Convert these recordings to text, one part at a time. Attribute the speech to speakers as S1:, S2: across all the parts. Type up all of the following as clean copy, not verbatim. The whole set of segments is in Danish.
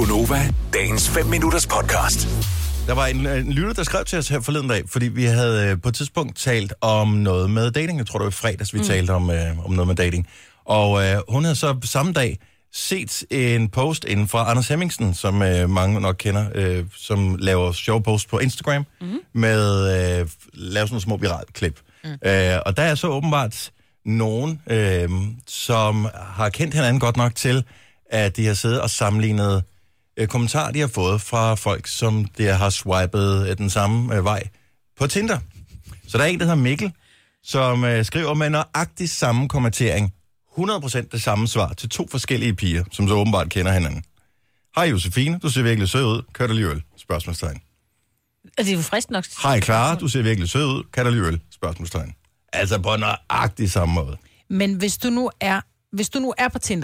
S1: Gunova, dagens 5 minutters podcast.
S2: Der var en lytter, der skrev til os her forleden dag, fordi vi havde på et tidspunkt talt om noget med dating. Jeg tror, det var i fredags, vi talte om noget med dating. Og hun havde så samme dag set en post inden fra Anders Hemmingsen, som mange nok kender, som laver sjove posts på Instagram, med laver sådan nogle små viralklip. Og der er så åbenbart nogen, som har kendt hinanden godt nok til, at de har siddet og sammenlignet kommentarer, de har fået fra folk, som de har swipet den samme vej på Tinder. Så der er en, der hedder Mikkel, som skriver med nøjagtig samme kommentering, 100% det samme svar til 2 forskellige piger, som så åbenbart kender hinanden. Hej Josefine, du ser virkelig sød ud. Kan du lide øl? Spørgsmålstegn.
S3: Det er jo frisk nok.
S2: Hej Clara, du ser virkelig sød ud. Kan du lide øl? Spørgsmålstegn. Altså på nøjagtig samme måde.
S4: Men hvis du nu er på Tinder,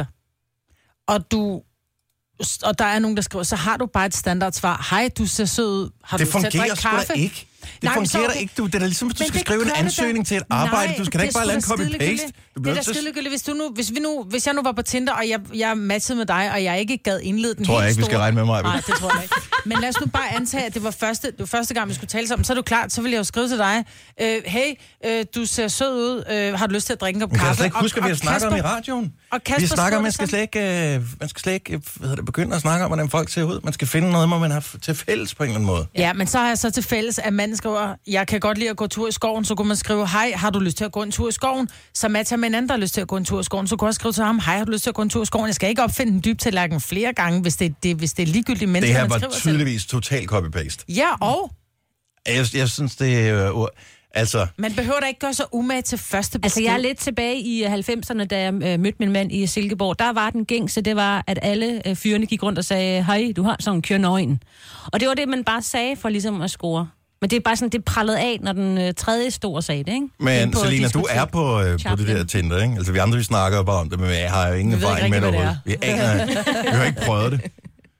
S4: og der er nogen, der skriver, så har du bare et standardsvar. Hej, du ser sød ud. Har
S2: Det
S4: du sat
S2: fungerer
S4: sgu
S2: sgu da ikke. Det fungerer da ikke. Det er da ligesom, at du skal skrive en ansøgning til et arbejde. Du skal da ikke bare lade en copy-paste.
S4: Det er da skidegyldigt. Hvis jeg nu var på Tinder, og jeg matchede med dig, og jeg ikke gad indlede den
S2: tror jeg ikke, vi skal regne med mig.
S4: Nej, det tror jeg ikke. Men lad os nu bare antage, at det var første gang, vi skulle tale sammen. Så er du klart, så vil jeg jo skrive til dig. Hey, du ser sød ud. Har du lyst til at drikke en kop kaffe?
S2: Kan jeg slet ikke huske, at vi har snakket om i radioen? Vi snakker, man skal slet ikke begynde at snakke om, hvordan folk ser ud. Man skal finde noget, man har til fælles på en eller anden måde.
S4: Ja, men så har jeg så til fælles, at manden skriver, jeg kan godt lide at gå tur i skoven, så kunne man skrive, hej, har du lyst til at gå en tur i skoven? Så matcher med en anden, der har lyst til at gå en tur i skoven, så kunne jeg skrive til ham, hej, har du lyst til at gå en tur i skoven? Jeg skal ikke opfinde en dyb tallerken flere gange, hvis det er ligegyldigt mennesker,
S2: det her var tydeligvis total copy-paste.
S4: Ja, og?
S2: Jeg synes, det er... Altså...
S4: Man behøver da ikke gøre så umage til første besked.
S3: Altså, jeg er lidt tilbage i 90'erne, da jeg mødte min mand i Silkeborg. Der var den gængse, det var, at alle fyrene gik rundt og sagde, hej, du har sådan en kørnøjen. Og det var det, man bare sagde for ligesom at score. Men det er bare sådan, det prallede af, når den tredje stod og sagde det, ikke?
S2: Men Selina, du er på det der Tinder, ikke? Altså, vi andre, vi snakker jo bare om det, men jeg har jo ingen erfaring med det. Vi har ikke prøvet det.
S4: Det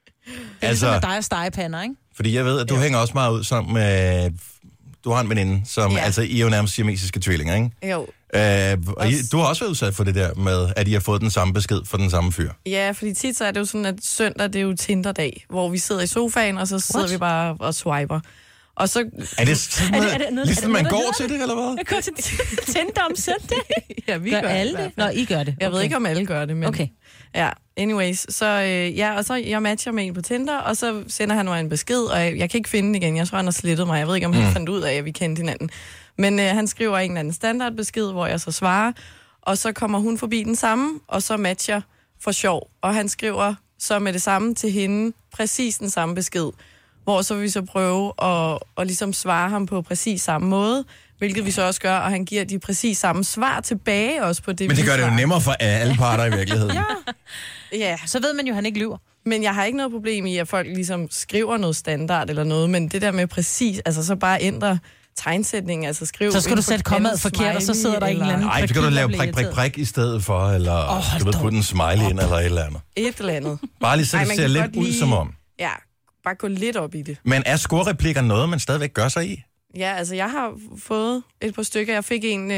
S4: er altså, ligesom med dig og stegepander, ikke?
S2: Fordi jeg ved, at du hænger også meget ud sammen med... Du har en veninde, som... Ja. Altså, I er jo nærmest siamesiske tvillinger, ikke?
S5: Jo.
S2: Og du har også været udsat for det der med, at I har fået den samme besked fra den samme fyr.
S5: Ja, fordi tit så er det jo sådan, at søndag, det er jo Tinder-dag, hvor vi sidder i sofaen, og så sidder vi bare og swiper. Og så...
S2: Er det sådan noget, ligesom man går til det, eller hvad?
S3: Jeg går til Tinder om søndag.
S5: Ja, vi gør
S3: alle det? Nå, I gør det.
S5: Jeg ved ikke, om alle gør det, men...
S3: Okay.
S5: Ja, anyways. Så og så jeg matcher med en på Tinder, og så sender han mig en besked, og jeg kan ikke finde den igen. Jeg tror, han har slettet mig. Jeg ved ikke, om han fandt ud af, at vi kendte hinanden. Men han skriver en eller anden standardbesked, hvor jeg så svarer, og så kommer hun forbi den samme, og så matcher for sjov. Og han skriver så med det samme til hende, præcis den samme besked, hvor så vil vi så prøve at ligesom svare ham på præcis samme måde, hvilket vi så også gør, og han giver de præcis samme svar tilbage også på det,
S2: men det gør det jo nemmere for alle parter i virkeligheden.
S5: Ja,
S4: så ved man jo, at han ikke lyver.
S5: Men jeg har ikke noget problem i, at folk ligesom skriver noget standard eller noget, men det der med præcis, altså så bare ændre tegnsætningen, altså skriv...
S4: Så skal du sætte kommaet forkert, og så sidder der en eller anden...
S2: Nej, så kan du lave prik i stedet for, eller du ved, putte en smiley ind, eller et eller andet.
S5: Et eller andet.
S2: Bare lige så det ser lidt ud som om.
S5: Ja, bare gå lidt op i det.
S2: Men er scorereplikker noget, man stadigvæk gør sig i?
S5: Ja, altså jeg har fået et par stykker. Jeg fik en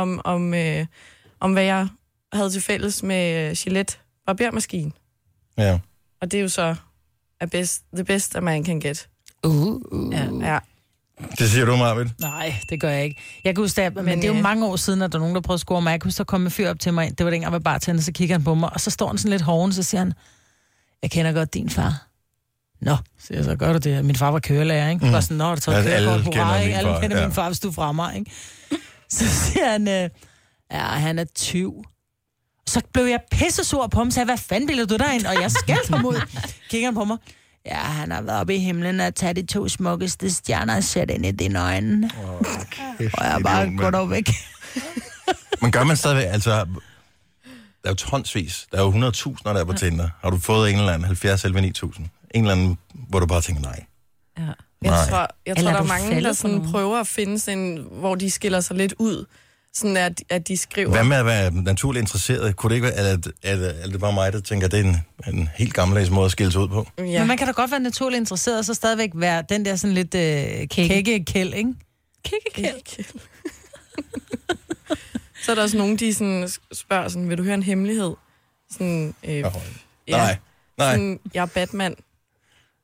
S5: om hvad jeg havde til fælles med Gillette barbermaskine.
S2: Ja.
S5: Og det er jo så the best a man can get. Ja.
S2: Det siger du, Marvind?
S4: Nej, det gør jeg ikke. Jeg kan huske, men det er jo mange år siden, at der er nogen, der prøver at score mig. Jeg kan huske, der kom en fyr op til mig. Det var dengang, jeg var bartender, så kigger han på mig, og så står han sådan lidt hoven, så siger han, jeg kender godt din far. Nå, så gør du det. Min far var kørelærer, ikke? Var sådan, når du tager kørekort, hurra, ikke? Alle kender min far, hvis du er fra mig, ikke? Så siger han, ja, han er 20. Så blev jeg pissesur på ham, og sagde, hvad fanden ville du derind? Og jeg skældte ham ud. Kigger han på mig. Ja, han har været oppe i himlen og taget de 2 smukkeste stjerner og sæt ind i dine øjne. Og jeg bare går dog væk.
S2: Men gør man stadigvæk, altså... Der er jo tonsvis. Der er jo 100.000, der er på Tinder. Har du fået en eller anden 70 eller 9.000? En eller anden, hvor du bare tænker, nej.
S5: Ja. Jeg tror der er mange, der sådan prøver at finde sådan, hvor de skiller sig lidt ud. Sådan at de skriver...
S2: Hvad med at være naturligt interesseret? Kunne det ikke være, er det bare mig, der tænker, at det er en helt gammeldags måde at skille sig ud på?
S4: Ja. Men man kan da godt være naturligt interesseret, og så stadigvæk være den der sådan lidt kække-kæld, ikke?
S5: Kække-kæld. Så er der også nogen, de sådan spørger sådan, vil du høre en hemmelighed? Sådan,
S2: Nej.
S5: Sådan, jeg er Batman.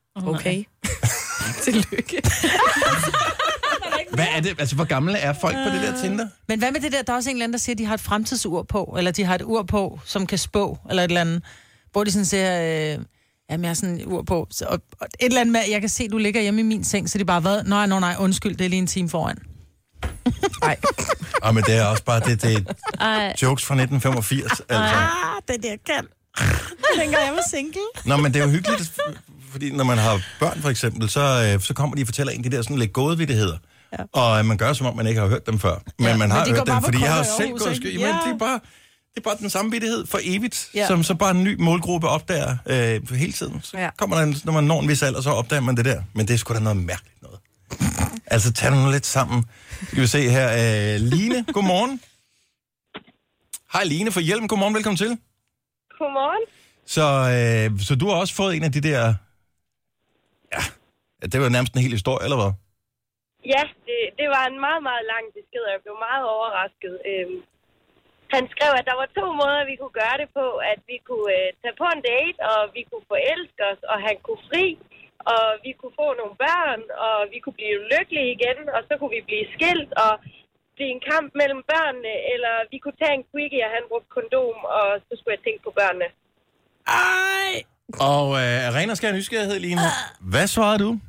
S5: Okay. Tillykke.
S2: Hvad er det? Altså, hvor gamle er folk på det der Tinder?
S4: Men hvad med det der? Der er også en eller anden, der siger, at de har et fremtidsur på, eller de har et ur på, som kan spå, eller et eller andet, hvor de sådan siger, jamen jeg har sådan et ur på, og et eller andet med, jeg kan se, du ligger hjemme i min seng, så det er bare, hvad? Nej, undskyld, det er lige en time foran.
S5: Nej.
S2: Men det er også bare, det er jokes fra 1985, altså.
S4: Det der kan. Dengang jeg var single.
S2: Nå, men det er jo hyggeligt, fordi når man har børn for eksempel, så kommer de og fortæller en de der sådan lidt gådevittigheder. Ja. Og man gør som om, man ikke har hørt dem før. Men man har hørt dem, fordi jeg har selv gået skød. Jamen, det er bare den samme vittighed for evigt, som så bare en ny målgruppe opdager hele tiden. Så kommer der, når man når en vis alder, så opdager man det der. Men det er sgu da noget mærkeligt noget. Altså, tag nu lidt sammen. Skal vi se her. Line, godmorgen. Hej Line fra Hjelm, godmorgen, velkommen til.
S6: Godmorgen.
S2: Så du har også fået en af de der... Ja, det var nærmest en hel historie, eller hvad?
S6: Ja, det var en meget, meget lang besked, og jeg blev meget overrasket. Han skrev, at der var 2 måder, vi kunne gøre det på. At vi kunne tage på en date, og vi kunne forelske os, og han kunne fri, og vi kunne få nogle børn, og vi kunne blive lykkelige igen, og så kunne vi blive skilt, og blive en kamp mellem børnene, eller vi kunne tage en quickie, og han brugte kondom, og så skulle jeg tænke på børnene.
S4: Ej!
S2: Og ren og skær nysgerrighed, Line. Hvad svarede du?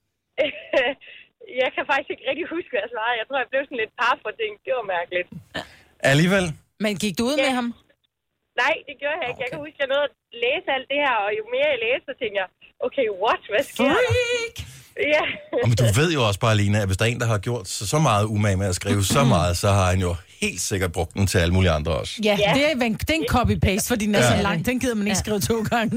S6: Jeg kan faktisk ikke rigtig huske, hvad jeg svarede. Jeg tror, jeg blev sådan lidt par for ting. Det var mærkeligt.
S2: Alligevel?
S4: Men gik du ud med ham?
S6: Nej, det gjorde jeg ikke. Jeg kan huske, at jeg nåede at læse alt det her, og jo mere jeg læste, så tænkte jeg, okay, hvad sker der? Ja.
S2: Men du ved jo også bare, Lina, at hvis der er en, der har gjort så meget umage med at skrive så meget, så har han jo helt sikkert brugt den til alle mulige andre også.
S4: Ja, det er en copy-paste, fordi den er så lang. Den gider man ikke skrive 2 gange.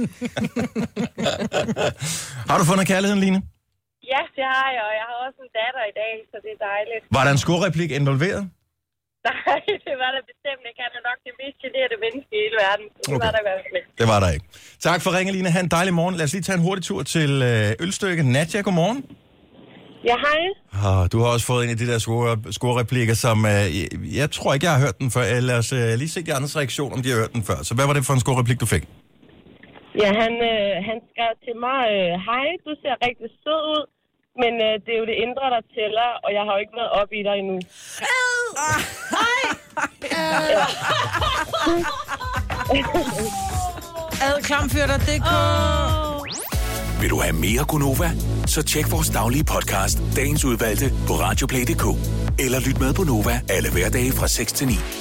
S2: Har du fundet kærligheden, Line?
S6: Ja, det har jeg, og jeg har også en datter i dag, så det er dejligt.
S2: Var der en skorreplik involveret?
S6: Nej, det var der bestemt ikke. Han er nok det mest generede menneske i hele verden. Det var der i hvert fald ikke.
S2: Det var der ikke. Tak for ringen, Line. Ha' en dejlig morgen. Lad os lige tage en hurtig tur til Ølstykke. Nadja, godmorgen.
S6: Ja, hej.
S2: Du har også fået en af de der scorereplikker, som jeg tror ikke, jeg har hørt den før. Lad os lige se de andres reaktion, om de har hørt den før. Så hvad var det for en scorereplik, du fik?
S6: Ja, han skrev til mig, hej, du ser rigtig sød ud, men det er jo det indre, der tæller, og jeg har jo ikke været op i dig endnu.
S4: Klamfyrter.dk.
S1: Vil du have mere Gunova? Så tjek vores daglige podcast, dagens udvalgte, på radioplay.dk. Eller lyt med på Nova alle hverdage fra 6 til 9.